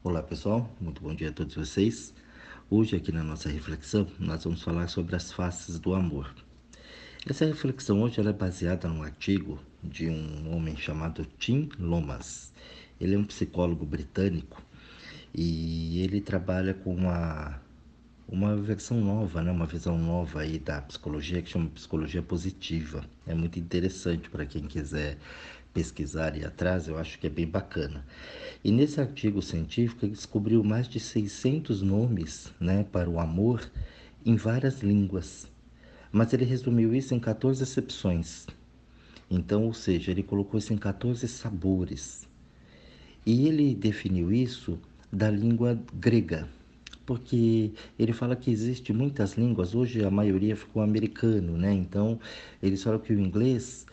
Olá pessoal, muito bom dia a todos vocês. Hoje aqui na nossa reflexão nós vamos falar sobre as faces do amor. Essa reflexão hoje ela é baseada num artigo de um homem chamado Tim Lomas. Ele é um psicólogo britânico e ele trabalha com uma versão nova, né? Uma visão nova aí da psicologia que chama psicologia positiva. É muito interessante para quem quiser pesquisar e ir atrás, eu acho que é bem bacana. E nesse artigo científico ele descobriu mais de 600 nomes, né, para o amor em várias línguas. Mas ele resumiu isso em 14 acepções. Então, ou seja, ele colocou isso em 14 sabores. E ele definiu isso da língua grega, porque ele fala que existe muitas línguas, hoje a maioria ficou americano, né? Então, eles falam que o inglês,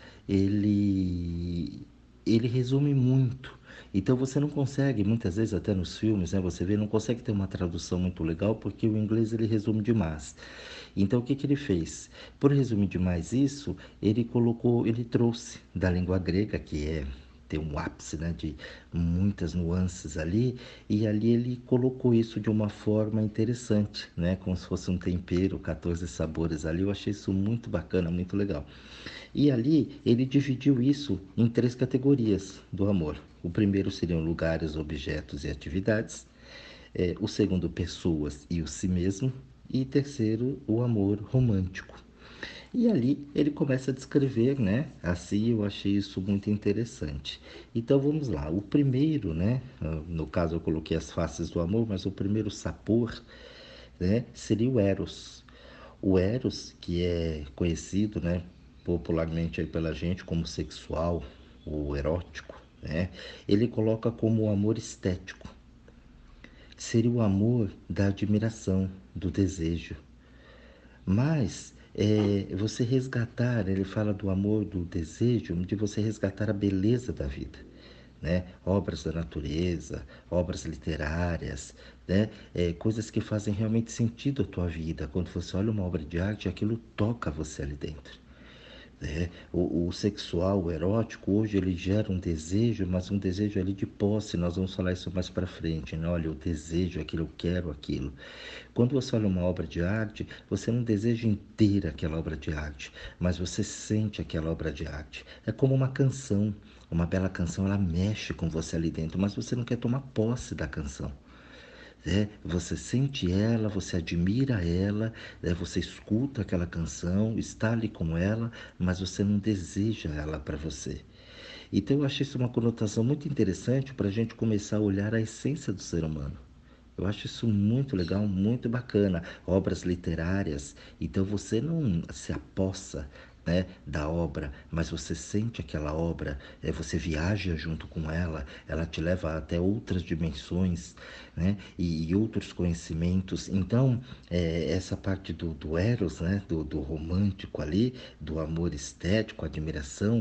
ele resume muito. Então você não consegue, muitas vezes até nos filmes, né, você vê, não consegue ter uma tradução muito legal porque o inglês ele resume demais. Então o que que ele fez? Por resumir demais isso, ele trouxe da língua grega, que é tem um ápice, né, de muitas nuances ali, e ali ele colocou isso de uma forma interessante, né, como se fosse um tempero, 14 sabores ali. Eu achei isso muito bacana, muito legal. E ali ele dividiu isso em três categorias do amor. O primeiro seriam lugares, objetos e atividades. O segundo, pessoas e o si mesmo. E terceiro, o amor romântico. E ali ele começa a descrever, né? Assim eu achei isso muito interessante. Então vamos lá. O primeiro, né? No caso eu coloquei as faces do amor, mas o primeiro sapor, né? Seria o Eros. O Eros, que é conhecido, né? Popularmente aí pela gente como sexual, ou erótico, né? Ele coloca como o amor estético. Seria o amor da admiração, do desejo. Mas você resgatar, ele fala do amor, do desejo, de você resgatar a beleza da vida. Né? Obras da natureza, obras literárias, né? Coisas que fazem realmente sentido à tua vida. Quando você olha uma obra de arte, aquilo toca você ali dentro. Né? O sexual, o erótico, hoje ele gera um desejo, mas um desejo ali de posse. Nós vamos falar isso mais para frente, né? Olha, eu desejo aquilo, eu quero aquilo. Quando você olha uma obra de arte, você não deseja inteira aquela obra de arte, mas você sente aquela obra de arte. É como uma canção. Uma bela canção, ela mexe com você ali dentro, mas você não quer tomar posse da canção. Você sente ela, você admira ela, você escuta aquela canção, está ali com ela, mas você não deseja ela para você. Então eu achei isso uma conotação muito interessante para a gente começar a olhar a essência do ser humano. Eu acho isso muito legal, muito bacana. Obras literárias, então você não se apossa, né, da obra, mas você sente aquela obra, você viaja junto com ela te leva até outras dimensões, né, e outros conhecimentos. Então, essa parte do Eros, né, do romântico ali, do amor estético, admiração,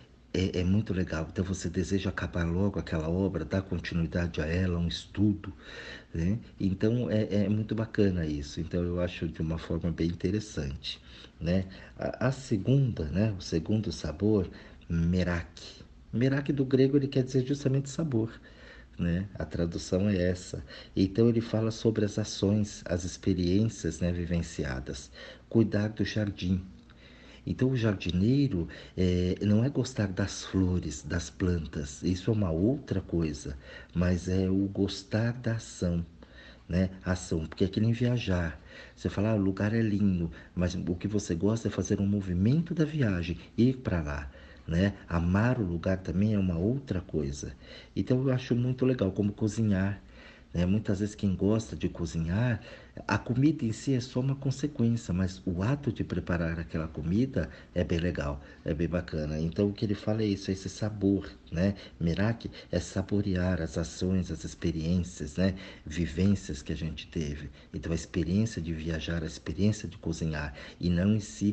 é muito legal. Então você deseja acabar logo aquela obra, dar continuidade a ela, um estudo, né? Então é muito bacana isso. Então eu acho de uma forma bem interessante, né? A segunda, né? O segundo sabor, merak. Merak do grego ele quer dizer justamente sabor. Né? A tradução é essa. Então ele fala sobre as ações, as experiências, né, vivenciadas. Cuidar do jardim, então, o jardineiro não é gostar das flores, das plantas, isso é uma outra coisa, mas é o gostar da ação, né? Ação, porque é que nem viajar. Você fala, o lugar é lindo, mas o que você gosta é fazer um movimento da viagem, ir para lá. Né? Amar o lugar também é uma outra coisa. Então eu acho muito legal como cozinhar. Né? Muitas vezes quem gosta de cozinhar, a comida em si é só uma consequência, mas o ato de preparar aquela comida é bem legal, é bem bacana. Então o que ele fala é isso, é esse sabor, né? Merak é saborear as ações, as experiências, né? Vivências que a gente teve. Então a experiência de viajar, a experiência de cozinhar e não em si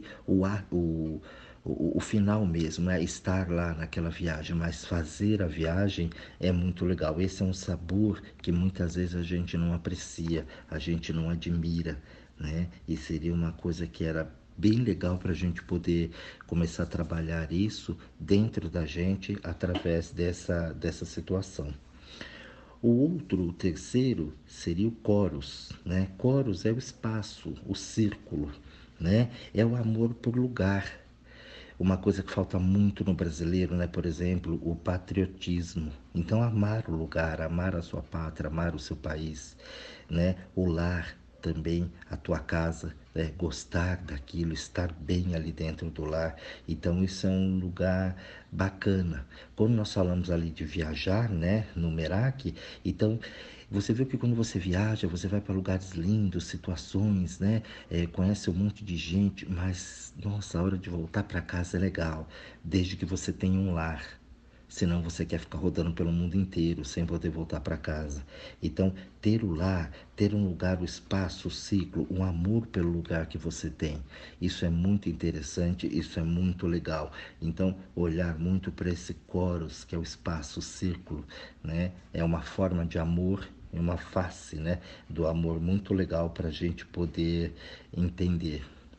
o final mesmo, é estar lá naquela viagem, mas fazer a viagem é muito legal. Esse é um sabor que muitas vezes a gente não aprecia, a gente não admira, né? E seria uma coisa que era bem legal para a gente poder começar a trabalhar isso dentro da gente através dessa situação. O outro, o terceiro, seria o chorus, né? Chorus é o espaço, o círculo, né? É o amor por lugar. Uma coisa que falta muito no brasileiro, né? Por exemplo, o patriotismo. Então, amar o lugar, amar a sua pátria, amar o seu país, né? O lar também, a tua casa, né? Gostar daquilo, estar bem ali dentro do lar. Então, isso é um lugar bacana. Quando nós falamos ali de viajar, né? No Merak, então você viu que quando você viaja, você vai para lugares lindos, situações, né? Conhece um monte de gente, mas nossa, a hora de voltar para casa é legal, desde que você tenha um lar. Senão você quer ficar rodando pelo mundo inteiro sem poder voltar para casa. Então, ter o lar, ter um lugar, o espaço, o ciclo, o amor pelo lugar que você tem. Isso é muito interessante, isso é muito legal. Então, olhar muito para esse chorus, que é o espaço, o círculo, né? É uma forma de amor, uma face, né, do amor muito legal para a gente poder entender.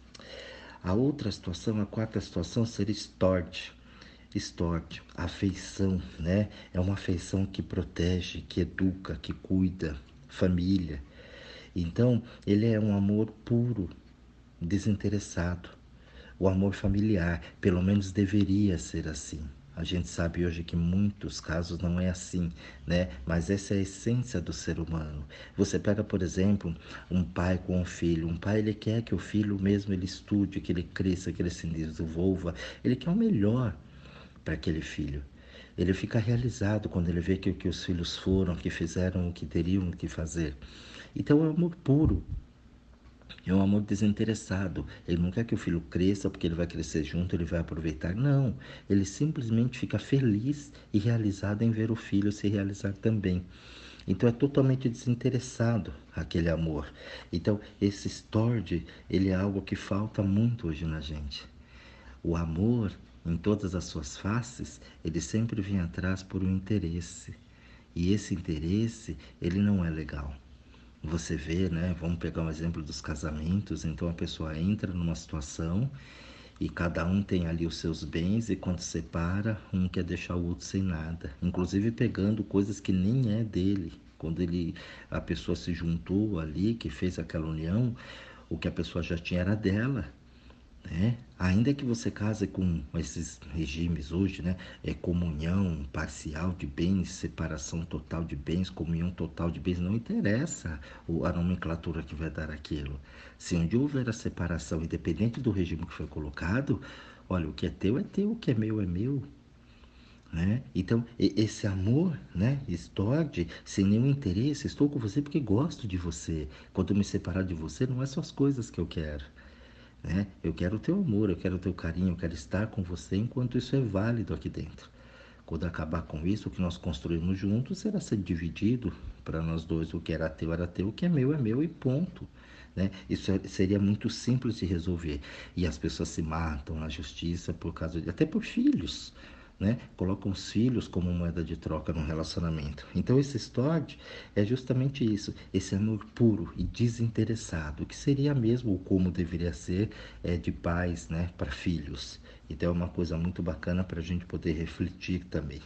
A outra situação, a quarta situação seria storge. Storge, afeição, né? É uma afeição que protege, que educa, que cuida, família. Então, ele é um amor puro, desinteressado. O amor familiar, pelo menos deveria ser assim. A gente sabe hoje que em muitos casos não é assim, né? Mas essa é a essência do ser humano. Você pega, por exemplo, um pai com um filho. Um pai, ele quer que o filho mesmo ele estude, que ele cresça, que ele se desenvolva. Ele quer o melhor para aquele filho. Ele fica realizado quando ele vê que os filhos foram, que fizeram o que teriam que fazer. Então é um amor puro, é um amor desinteressado. Ele não quer que o filho cresça porque ele vai crescer junto, ele vai aproveitar. Não, ele simplesmente fica feliz e realizado em ver o filho se realizar também. Então é totalmente desinteressado aquele amor. Então esse storge, ele é algo que falta muito hoje na gente. O amor, em todas as suas faces, ele sempre vem atrás por um interesse. E esse interesse, ele não é legal. Você vê, né? Vamos pegar um exemplo dos casamentos. Então a pessoa entra numa situação e cada um tem ali os seus bens e quando separa, um quer deixar o outro sem nada, inclusive pegando coisas que nem é dele. Quando a pessoa se juntou ali, que fez aquela união, o que a pessoa já tinha era dela, né? Ainda que você case com esses regimes hoje, né? É comunhão parcial de bens, separação total de bens, comunhão total de bens, não interessa a nomenclatura que vai dar aquilo. Se um dia houver a separação, independente do regime que foi colocado, olha, o que é teu, o que é meu. Né? Então, esse amor, né, estorge sem nenhum interesse, estou com você porque gosto de você. Quando eu me separar de você, não é só as coisas que eu quero, né? Eu quero o teu amor, eu quero o teu carinho, eu quero estar com você enquanto isso é válido aqui dentro. Quando acabar com isso, o que nós construímos juntos será ser dividido para nós dois. O que era teu, o que é meu e ponto. Né? Isso seria muito simples de resolver. E as pessoas se matam na justiça por causa de, até por filhos. Né? Colocam os filhos como moeda de troca no relacionamento. Então esse storge é justamente isso, esse amor puro e desinteressado, que seria mesmo como deveria ser de pais, né, para filhos. Então é uma coisa muito bacana para a gente poder refletir também.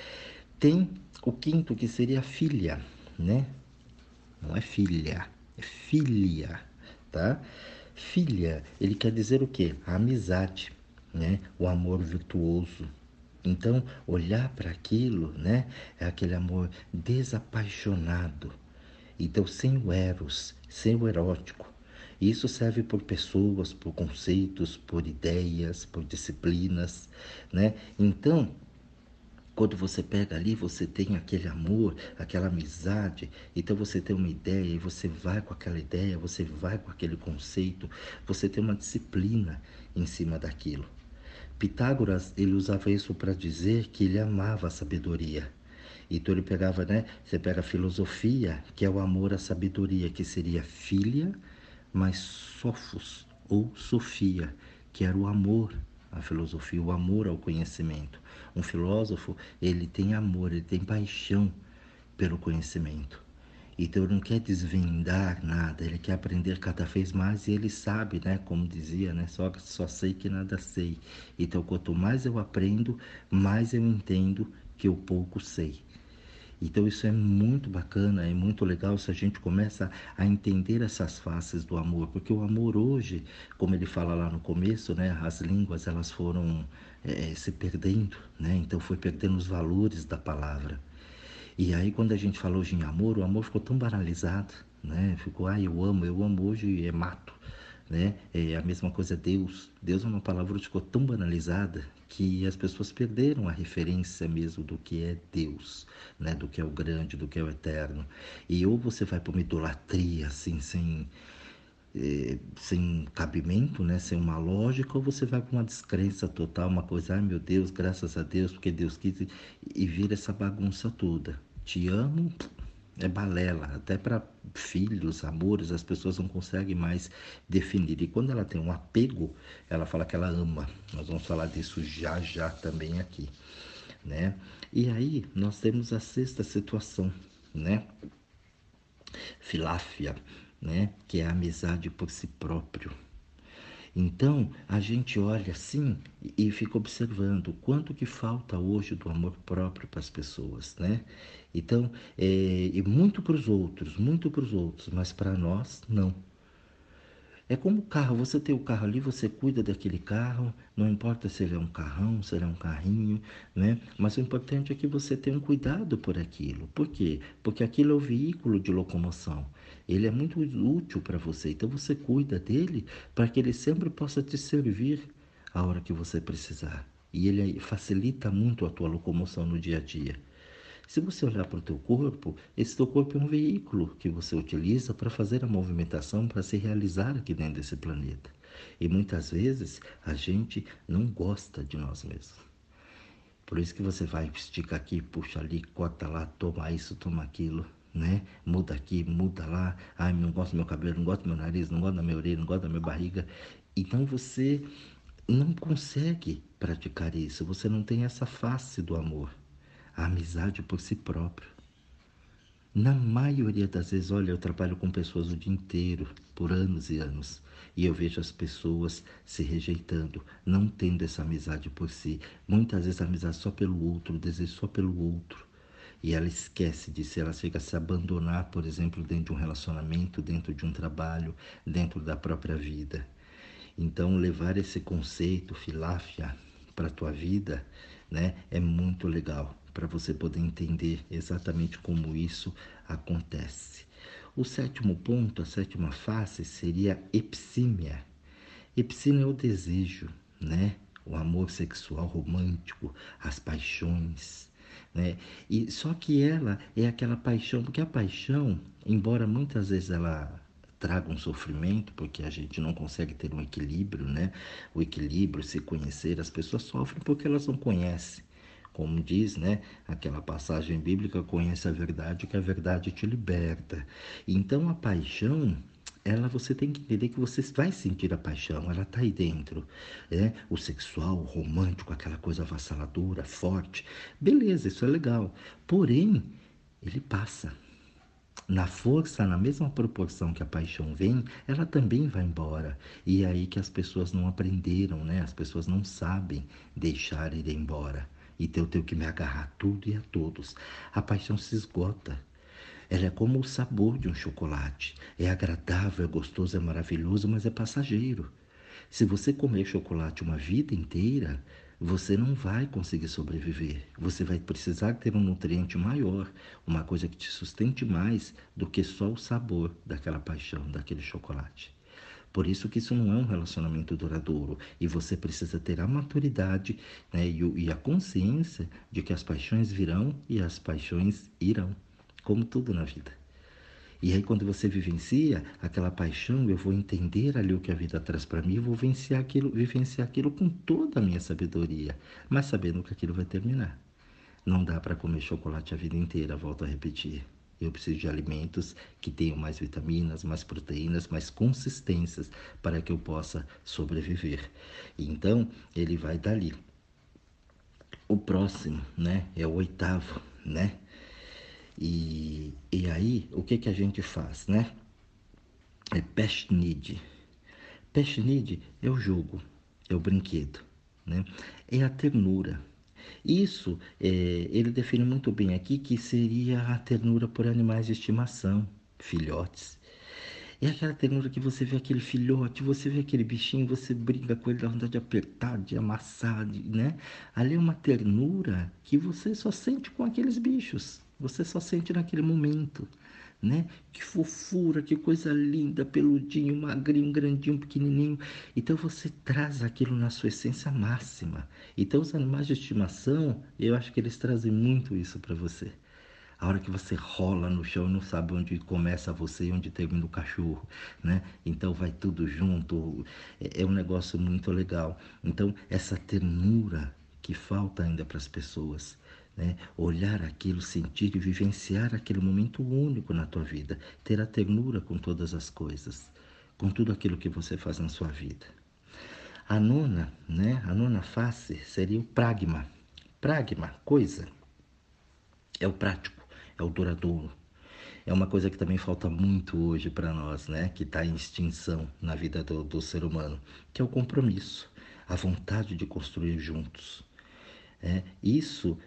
Tem o quinto que seria filha, né? Não é filha, é filha, tá? Filha, ele quer dizer o quê? A amizade, né? O amor virtuoso. Então, olhar para aquilo, né? É aquele amor desapaixonado. Então, sem o eros, sem o erótico. Isso serve por pessoas, por conceitos, por ideias, por disciplinas, né? Então, quando você pega ali, você tem aquele amor, aquela amizade, então você tem uma ideia e você vai com aquela ideia, você vai com aquele conceito, você tem uma disciplina em cima daquilo. Pitágoras, ele usava isso para dizer que ele amava a sabedoria. Então ele pegava, né? Você pega a filosofia, que é o amor à sabedoria, que seria filha, mais sofos ou sofia, que era o amor à filosofia, o amor ao conhecimento. Um filósofo, ele tem amor, ele tem paixão pelo conhecimento. Então ele não quer desvendar nada, ele quer aprender cada vez mais e ele sabe, né, como dizia, né, só sei que nada sei. Então quanto mais eu aprendo, mais eu entendo que eu pouco sei. Então isso é muito bacana, é muito legal se a gente começa a entender essas faces do amor, porque o amor hoje, como ele fala lá no começo, né, as línguas elas foram se perdendo, né? Então foi perdendo os valores da palavra. E aí quando a gente fala hoje em amor, o amor ficou tão banalizado, né? Ficou, eu amo hoje é mato, né? É a mesma coisa Deus. Deus é uma palavra que ficou tão banalizada que as pessoas perderam a referência mesmo do que é Deus, né? Do que é o grande, do que é o eterno. E ou você vai para uma idolatria assim, sem cabimento, né? Sem uma lógica, ou você vai para uma descrença total, uma coisa, ai meu Deus, graças a Deus, porque Deus quis, e vira essa bagunça toda. Te amo, é balela, até para filhos, amores, as pessoas não conseguem mais definir. E quando ela tem um apego, ela fala que ela ama. Nós vamos falar disso já já também aqui, né? E aí nós temos a sexta situação, né? Filáfia, né? Que é a amizade por si próprio. Então, a gente olha assim e fica observando o quanto que falta hoje do amor próprio para as pessoas, né? Então, e muito para os outros, mas para nós, não. É como o carro, você tem o carro ali, você cuida daquele carro, não importa se ele é um carrão, se ele é um carrinho, né? Mas o importante é que você tenha um cuidado por aquilo. Por quê? Porque aquilo é o veículo de locomoção. Ele é muito útil para você, então você cuida dele para que ele sempre possa te servir a hora que você precisar. E ele facilita muito a tua locomoção no dia a dia. Se você olhar para o teu corpo, esse teu corpo é um veículo que você utiliza para fazer a movimentação para se realizar aqui dentro desse planeta. E muitas vezes a gente não gosta de nós mesmos. Por isso que você vai, estica aqui, puxa ali, corta lá, toma isso, toma aquilo, né? Muda aqui, muda lá. Ai, não gosto do meu cabelo, não gosto do meu nariz, não gosto da minha orelha, não gosto da minha barriga. Então você não consegue praticar isso, você não tem essa face do amor, a amizade por si próprio. Na maioria das vezes, olha, eu trabalho com pessoas o dia inteiro, por anos e anos, e eu vejo as pessoas se rejeitando, não tendo essa amizade por si. Muitas vezes a amizade só pelo outro, o desejo só pelo outro. E ela esquece disso, ela chega a se abandonar, por exemplo, dentro de um relacionamento, dentro de um trabalho, dentro da própria vida. Então, levar esse conceito, filáfia, para a tua vida, né, é muito legal para você poder entender exatamente como isso acontece. O sétimo ponto, a sétima face seria epsímia. Epsímia é o desejo, né? O amor sexual romântico, as paixões, né? E só que ela é aquela paixão, porque a paixão, embora muitas vezes ela traga um sofrimento, porque a gente não consegue ter um equilíbrio, né? O equilíbrio, se conhecer, as pessoas sofrem porque elas não conhecem. Como diz, né, aquela passagem bíblica, conhece a verdade, que a verdade te liberta. Então a paixão, ela você tem que entender que você vai sentir a paixão, ela tá aí dentro, né? O sexual, o romântico, aquela coisa avassaladora, forte, beleza, isso é legal. Porém, ele passa. Na força, na mesma proporção que a paixão vem, ela também vai embora. E é aí que as pessoas não aprenderam, né? As pessoas não sabem deixar ir embora. Então eu tenho que me agarrar a tudo e a todos. A paixão se esgota. Ela é como o sabor de um chocolate. É agradável, é gostoso, é maravilhoso, mas é passageiro. Se você comer chocolate uma vida inteira, você não vai conseguir sobreviver. Você vai precisar ter um nutriente maior, uma coisa que te sustente mais do que só o sabor daquela paixão, daquele chocolate. Por isso que isso não é um relacionamento duradouro. E você precisa ter a maturidade, né, e a consciência de que as paixões virão e as paixões irão, como tudo na vida. E aí quando você vivencia aquela paixão, eu vou entender ali o que a vida traz para mim, eu vou vivenciar aquilo com toda a minha sabedoria, mas sabendo que aquilo vai terminar. Não dá para comer chocolate a vida inteira, volto a repetir. Eu preciso de alimentos que tenham mais vitaminas, mais proteínas, mais consistências para que eu possa sobreviver. Então, ele vai dali. O próximo, né, é o oitavo, né? E aí, o que que a gente faz, né? É Passionide. Passionide é o jogo, é o brinquedo, né? É a ternura. Isso, ele define muito bem aqui que seria a ternura por animais de estimação, filhotes. É aquela ternura que você vê aquele filhote, você vê aquele bichinho, você brinca com ele, dá vontade de apertar, de amassar, né? Ali é uma ternura que você só sente com aqueles bichos. Você só sente naquele momento, né? Que fofura, que coisa linda, peludinho, magrinho, grandinho, pequenininho. Então você traz aquilo na sua essência máxima. Então os animais de estimação, eu acho que eles trazem muito isso para você. A hora que você rola no chão e não sabe onde começa você e onde termina o cachorro, né? Então vai tudo junto. É um negócio muito legal. Então essa ternura que falta ainda para as pessoas, né? Olhar aquilo, sentir e vivenciar aquele momento único na tua vida, ter a ternura com todas as coisas, com tudo aquilo que você faz na sua vida. A nona, né? A nona face seria o pragma. Pragma, coisa, é o prático, é o duradouro. É uma coisa que também falta muito hoje para nós, né? Que está em extinção na vida do ser humano, que é o compromisso, a vontade de construir juntos. Isso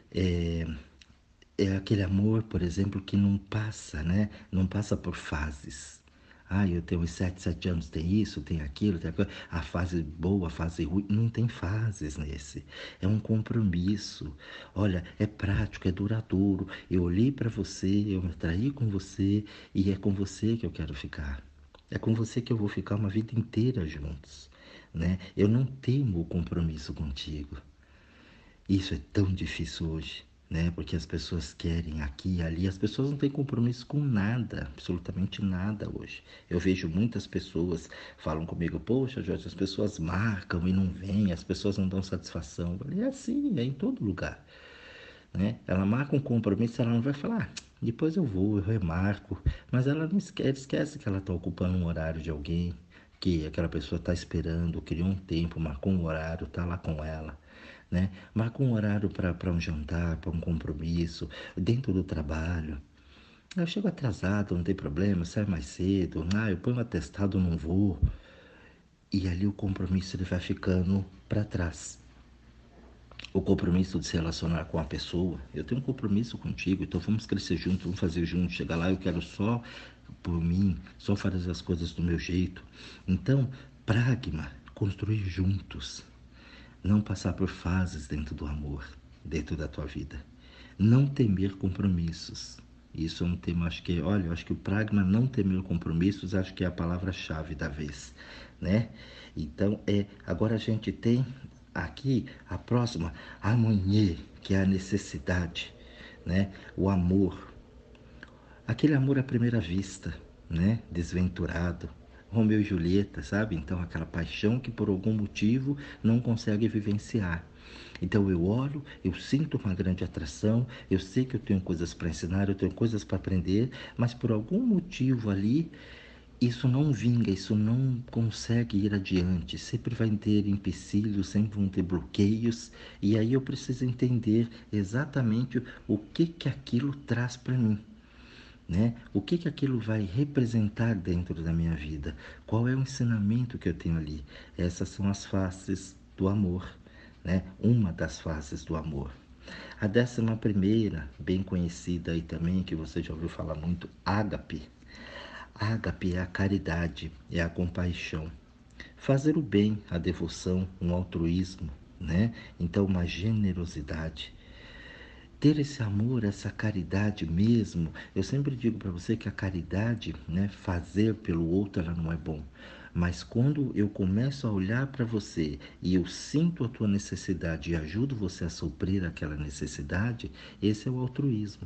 é aquele amor, por exemplo, que não passa, né? Não passa por fases. Ah, eu tenho uns 7 anos, tem isso, tem aquilo, tem aquilo. A fase boa, a fase ruim, não tem fases nesse. É um compromisso. Olha, é prático, é duradouro. Eu olhei para você, eu me atraí com você e é com você que eu quero ficar. É com você que eu vou ficar uma vida inteira juntos, né? Eu não temo o compromisso contigo. Isso é tão difícil hoje, né? Porque as pessoas querem aqui e ali, as pessoas não têm compromisso com nada, absolutamente nada hoje. Eu vejo muitas pessoas falam comigo, poxa, Jorge, as pessoas marcam e não vêm, as pessoas não dão satisfação. Eu falei, é assim, é em todo lugar, né? Ela marca um compromisso, ela não vai falar, depois eu vou, eu remarco, mas ela não esquece que ela está ocupando um horário de alguém, que aquela pessoa está esperando, criou um tempo, marcou um horário, está lá com ela, né? Marca um horário para um jantar, para um compromisso, dentro do trabalho. Eu chego atrasado, não tem problema, sai mais cedo, eu ponho um atestado, não vou. E ali o compromisso ele vai ficando para trás. O compromisso de se relacionar com a pessoa, eu tenho um compromisso contigo, então vamos crescer juntos, vamos fazer juntos. Chegar lá, eu quero só por mim, só fazer as coisas do meu jeito. Então, pragma, construir juntos, não passar por fases dentro do amor, dentro da tua vida. Não temer compromissos. Isso é um tema, acho que, olha, eu acho que o pragma, não temer compromissos, acho que é a palavra-chave da vez, né? Então, agora a gente tem aqui a próxima, harmonia, que é a necessidade, né? O amor, aquele amor à primeira vista, né? Desventurado. Romeu e Julieta, sabe? Então, aquela paixão que por algum motivo não consegue vivenciar. Então, eu olho, eu sinto uma grande atração, eu sei que eu tenho coisas para ensinar, eu tenho coisas para aprender, mas por algum motivo ali, isso não vinga, isso não consegue ir adiante. Sempre vai ter empecilhos, sempre vão ter bloqueios, e aí eu preciso entender exatamente o que que aquilo traz para mim, né? O que que aquilo vai representar dentro da minha vida? Qual é o ensinamento que eu tenho ali? Essas são as faces do amor, né? Uma das faces do amor. A 11ª, bem conhecida aí também, que você já ouviu falar muito, ágape. Ágape é a caridade, é a compaixão. Fazer o bem, a devoção, um altruísmo, né? Então, uma generosidade. Ter esse amor, essa caridade mesmo. Eu sempre digo para você que a caridade, né, fazer pelo outro, ela não é bom. Mas quando eu começo a olhar para você e eu sinto a tua necessidade e ajudo você a suprir aquela necessidade, esse é o altruísmo.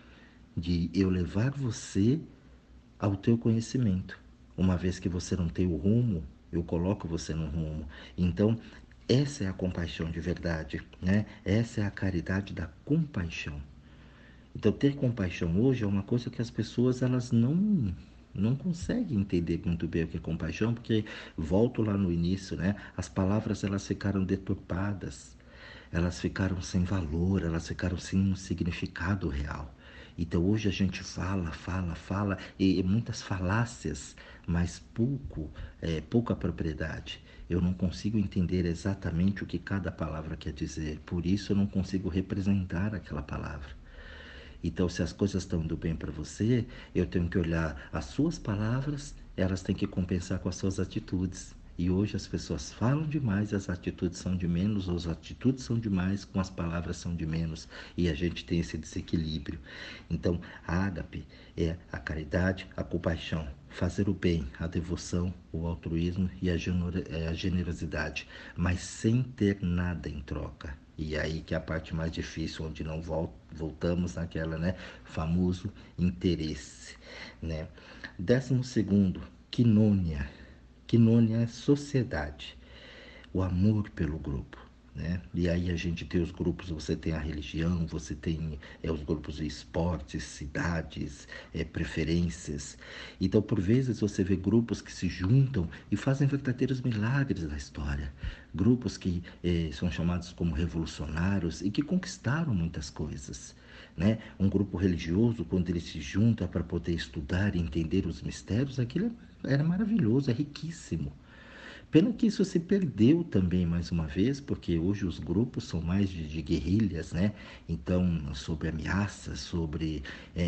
De eu levar você ao teu conhecimento. Uma vez que você não tem o rumo, eu coloco você no rumo. Então, essa é a compaixão de verdade, né? Essa é a caridade da compaixão. Então, ter compaixão hoje é uma coisa que as pessoas elas não conseguem entender muito bem o que é compaixão, porque volto lá no início, né? As palavras elas ficaram deturpadas, elas ficaram sem valor, elas ficaram sem um significado real. Então hoje a gente fala, fala, fala, e muitas falácias, mas pouca propriedade. Eu não consigo entender exatamente o que cada palavra quer dizer, por isso eu não consigo representar aquela palavra. Então, se as coisas estão indo bem para você, eu tenho que olhar as suas palavras, elas têm que compensar com as suas atitudes. E hoje as pessoas falam demais, as atitudes são de menos, ou as atitudes são demais, com as palavras são de menos, e a gente tem esse desequilíbrio. Então, a ágape é a caridade, a compaixão, fazer o bem, a devoção, o altruísmo e a generosidade, mas sem ter nada em troca. E aí que é a parte mais difícil, onde não voltamos naquela, né, famoso interesse, né? 12º, quinônia. Quinônia é sociedade, o amor pelo grupo, né? E aí a gente tem os grupos, você tem a religião, você tem os grupos de esportes, cidades, preferências. Então, por vezes, você vê grupos que se juntam e fazem verdadeiros milagres na história. Grupos que são chamados como revolucionários e que conquistaram muitas coisas. Né? Um grupo religioso, quando ele se junta para poder estudar e entender os mistérios, aquilo era maravilhoso, é riquíssimo. Pena que isso se perdeu também mais uma vez, porque hoje os grupos são mais de guerrilhas, né? Então, sobre ameaças, sobre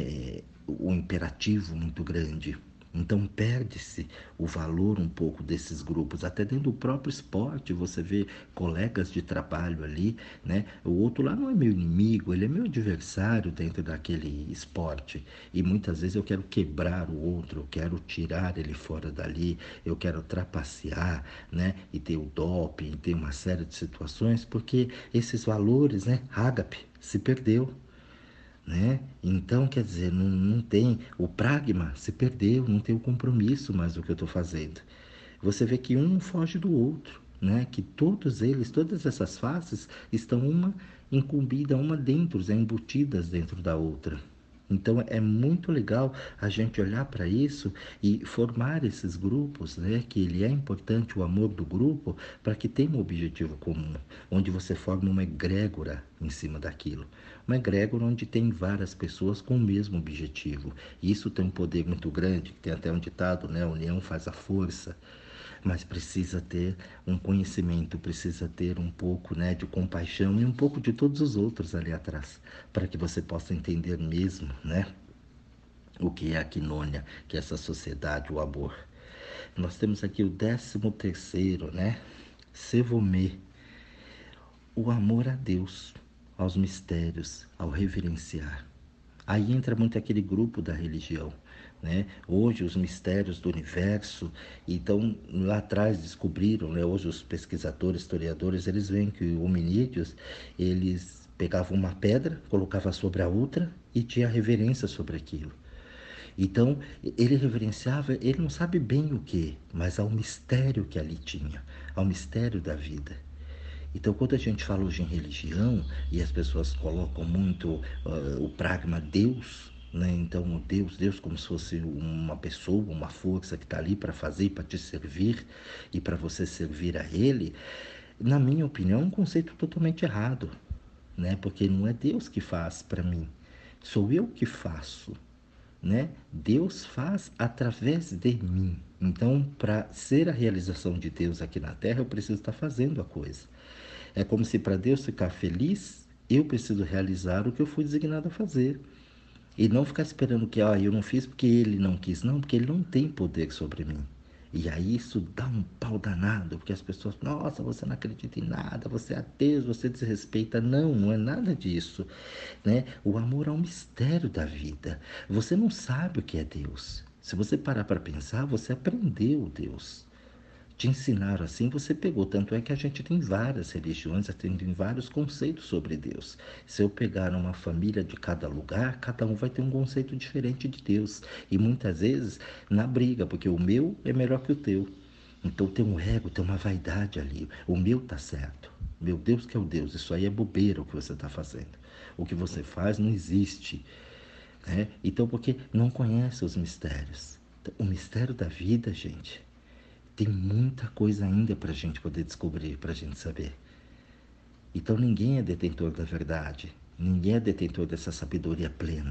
o imperativo muito grande. Então perde-se o valor um pouco desses grupos, até dentro do próprio esporte, você vê colegas de trabalho ali, né? O outro lá não é meu inimigo, ele é meu adversário dentro daquele esporte. E muitas vezes eu quero quebrar o outro, eu quero tirar ele fora dali, eu quero trapacear, né? E ter o doping, e ter uma série de situações, porque esses valores, né? Ágape se perdeu, né? Então, quer dizer, não tem, o pragma se perdeu, não tem o compromisso mais do que eu estou fazendo. Você vê que um foge do outro, né? Que todos eles, todas essas faces estão uma incumbida, uma dentro, embutidas dentro da outra. Então é muito legal a gente olhar para isso e formar esses grupos, né? Que ele é importante o amor do grupo para que tenha um objetivo comum, onde você forma uma egrégora em cima daquilo. Uma egrégora onde tem várias pessoas com o mesmo objetivo. E isso tem um poder muito grande, tem até um ditado, né? A união faz a força, mas precisa ter um conhecimento, precisa ter um pouco, né, de compaixão e um pouco de todos os outros ali atrás, para que você possa entender mesmo, né, o que é a quinônia, que é essa sociedade, o amor. Nós temos aqui o 13º, né, Sevomê, o amor a Deus, aos mistérios, ao reverenciar. Aí entra muito aquele grupo da religião, né? Hoje os mistérios do universo, então lá atrás descobriram, né? Hoje os pesquisadores, historiadores, eles veem que os hominídeos, eles pegavam uma pedra, colocavam sobre a outra e tinha reverência sobre aquilo. Então ele reverenciava, ele não sabe bem o que, mas ao mistério que ali tinha, ao mistério da vida. Então, quando a gente fala hoje em religião e as pessoas colocam muito o pragma Deus, né? Então, o Deus como se fosse uma pessoa, uma força que está ali para fazer, para te servir e para você servir a Ele, na minha opinião, é um conceito totalmente errado, né? Porque não é Deus que faz para mim, sou eu que faço, né? Deus faz através de mim. Então, para ser a realização de Deus aqui na Terra, eu preciso estar fazendo a coisa. É como se para Deus ficar feliz, eu preciso realizar o que eu fui designado a fazer. E não ficar esperando que eu não fiz porque ele não quis. Não, porque ele não tem poder sobre mim. E aí isso dá um pau danado, porque as pessoas, nossa, você não acredita em nada, você é ateu, você desrespeita. Não, não é nada disso, né? O amor é um mistério da vida. Você não sabe o que é Deus. Se você parar para pensar, você aprendeu Deus. Te ensinaram assim, você pegou. Tanto é que a gente tem várias religiões, tem vários conceitos sobre Deus. Se eu pegar uma família de cada lugar, cada um vai ter um conceito diferente de Deus. E muitas vezes na briga, porque o meu é melhor que o teu. Então tem um ego, tem uma vaidade ali. O meu tá certo. Meu Deus que é o Deus. Isso aí é bobeira o que você está fazendo. O que você faz não existe. Né? Então, porque não conhece os mistérios. O mistério da vida, gente, tem muita coisa ainda para a gente poder descobrir, para a gente saber. Então ninguém é detentor da verdade, ninguém é detentor dessa sabedoria plena.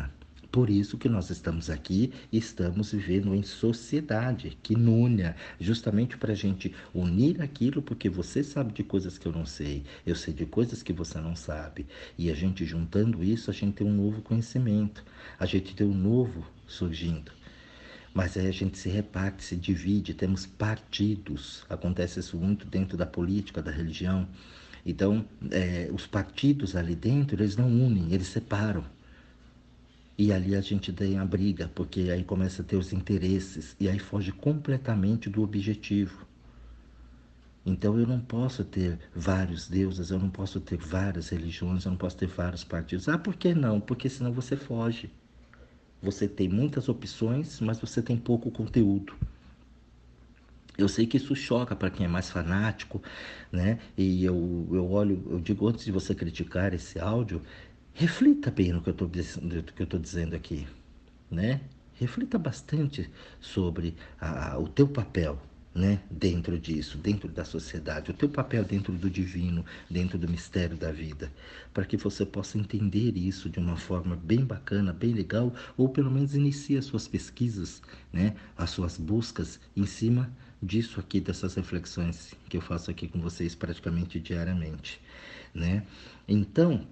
Por isso que nós estamos aqui e estamos vivendo em sociedade, que quinônia, justamente para a gente unir aquilo, porque você sabe de coisas que eu sei de coisas que você não sabe. E a gente juntando isso, a gente tem um novo conhecimento, a gente tem um novo surgindo. Mas aí a gente se reparte, se divide, temos partidos. Acontece isso muito dentro da política, da religião. Então, os partidos ali dentro, eles não unem, eles separam. E ali a gente tem a briga, porque aí começa a ter os interesses e aí foge completamente do objetivo. Então eu não posso ter vários deuses, eu não posso ter várias religiões, eu não posso ter vários partidos. Ah, por que não? Porque senão você foge. Você tem muitas opções, mas você tem pouco conteúdo. Eu sei que isso choca para quem é mais fanático, né? E eu olho, eu digo, antes de você criticar esse áudio, reflita bem no que eu estou dizendo aqui, né? Reflita bastante sobre o teu papel, né? Dentro disso, dentro da sociedade, o teu papel dentro do divino, dentro do mistério da vida, para que você possa entender isso de uma forma bem bacana, bem legal, ou pelo menos inicie as suas pesquisas, né? As suas buscas em cima disso aqui, dessas reflexões que eu faço aqui com vocês praticamente diariamente, né? Então,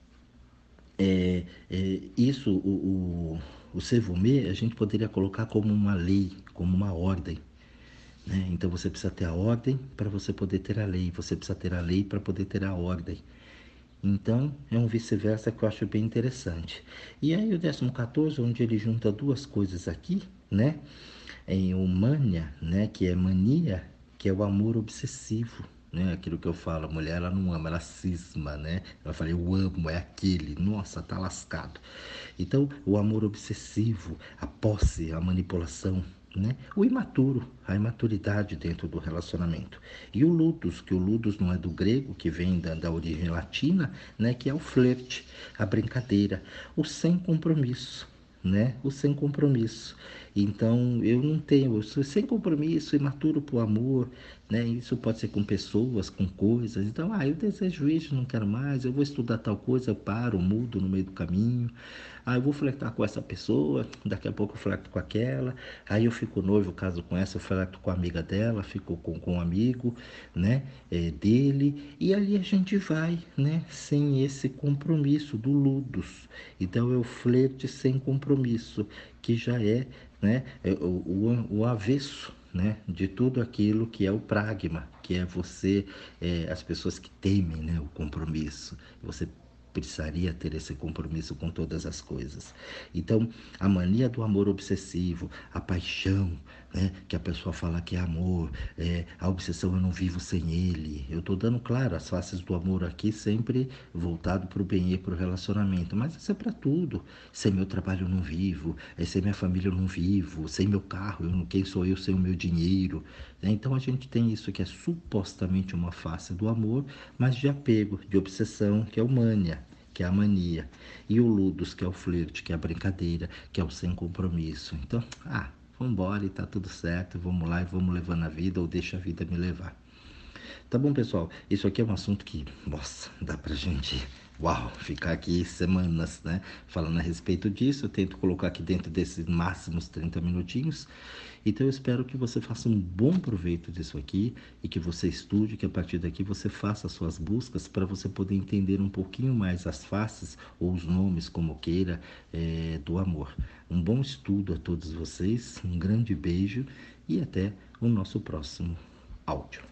isso, o Sevumê, a gente poderia colocar como uma lei, como uma ordem, né? Então você precisa ter a ordem para você poder ter a lei, você precisa ter a lei para poder ter a ordem. Então é um vice-versa que eu acho bem interessante. E aí o 14º, onde ele junta duas coisas aqui, né? Em o mania, né? Que é mania, que é o amor obsessivo, né? Aquilo que eu falo, a mulher ela não ama, ela cisma, né? Ela fala, eu amo, é aquele, nossa, tá lascado. Então, o amor obsessivo, a posse, a manipulação, né? O imaturo, a imaturidade dentro do relacionamento. E o ludus, que o ludus não é do grego, que vem da origem latina, né? Que é o flerte, a brincadeira, o sem compromisso, né? O sem compromisso. Então, eu não tenho, eu sou sem compromisso, imaturo por amor, né? Isso pode ser com pessoas, com coisas. Então, eu desejo isso, não quero mais, eu vou estudar tal coisa, eu paro, mudo no meio do caminho. Eu vou flertar com essa pessoa, daqui a pouco eu flerto com aquela, aí eu fico noivo, caso com essa, eu flerto com a amiga dela, fico com um amigo, né, dele, e ali a gente vai, né, sem esse compromisso do ludus. Então é o flerte sem compromisso, que já né, o avesso, né, de tudo aquilo que é o pragma, que é você, as pessoas que temem, né, o compromisso. Você precisaria ter esse compromisso com todas as coisas. Então, a mania do amor obsessivo, a paixão, né, que a pessoa fala que é amor, a obsessão eu não vivo sem ele. Eu estou dando, claro, as faces do amor aqui sempre voltado para o bem e para o relacionamento, mas isso é para tudo. Sem meu trabalho eu não vivo, sem minha família eu não vivo, sem meu carro, quem sou eu sem o meu dinheiro, né? Então a gente tem isso que é supostamente uma face do amor, mas de apego, de obsessão, que é o mania, que é a mania, e o ludus, que é o flerte, que é a brincadeira, que é o sem compromisso. Então, vamos embora e tá tudo certo, vamos lá e vamos levando a vida, ou deixa a vida me levar. Tá bom, pessoal? Isso aqui é um assunto que, nossa, dá pra gente, ficar aqui semanas, né? Falando a respeito disso. Eu tento colocar aqui dentro desses máximos 30 minutinhos. Então eu espero que você faça um bom proveito disso aqui e que você estude, que a partir daqui você faça as suas buscas para você poder entender um pouquinho mais as faces ou os nomes, como queira, do amor. Um bom estudo a todos vocês, um grande beijo e até o nosso próximo áudio.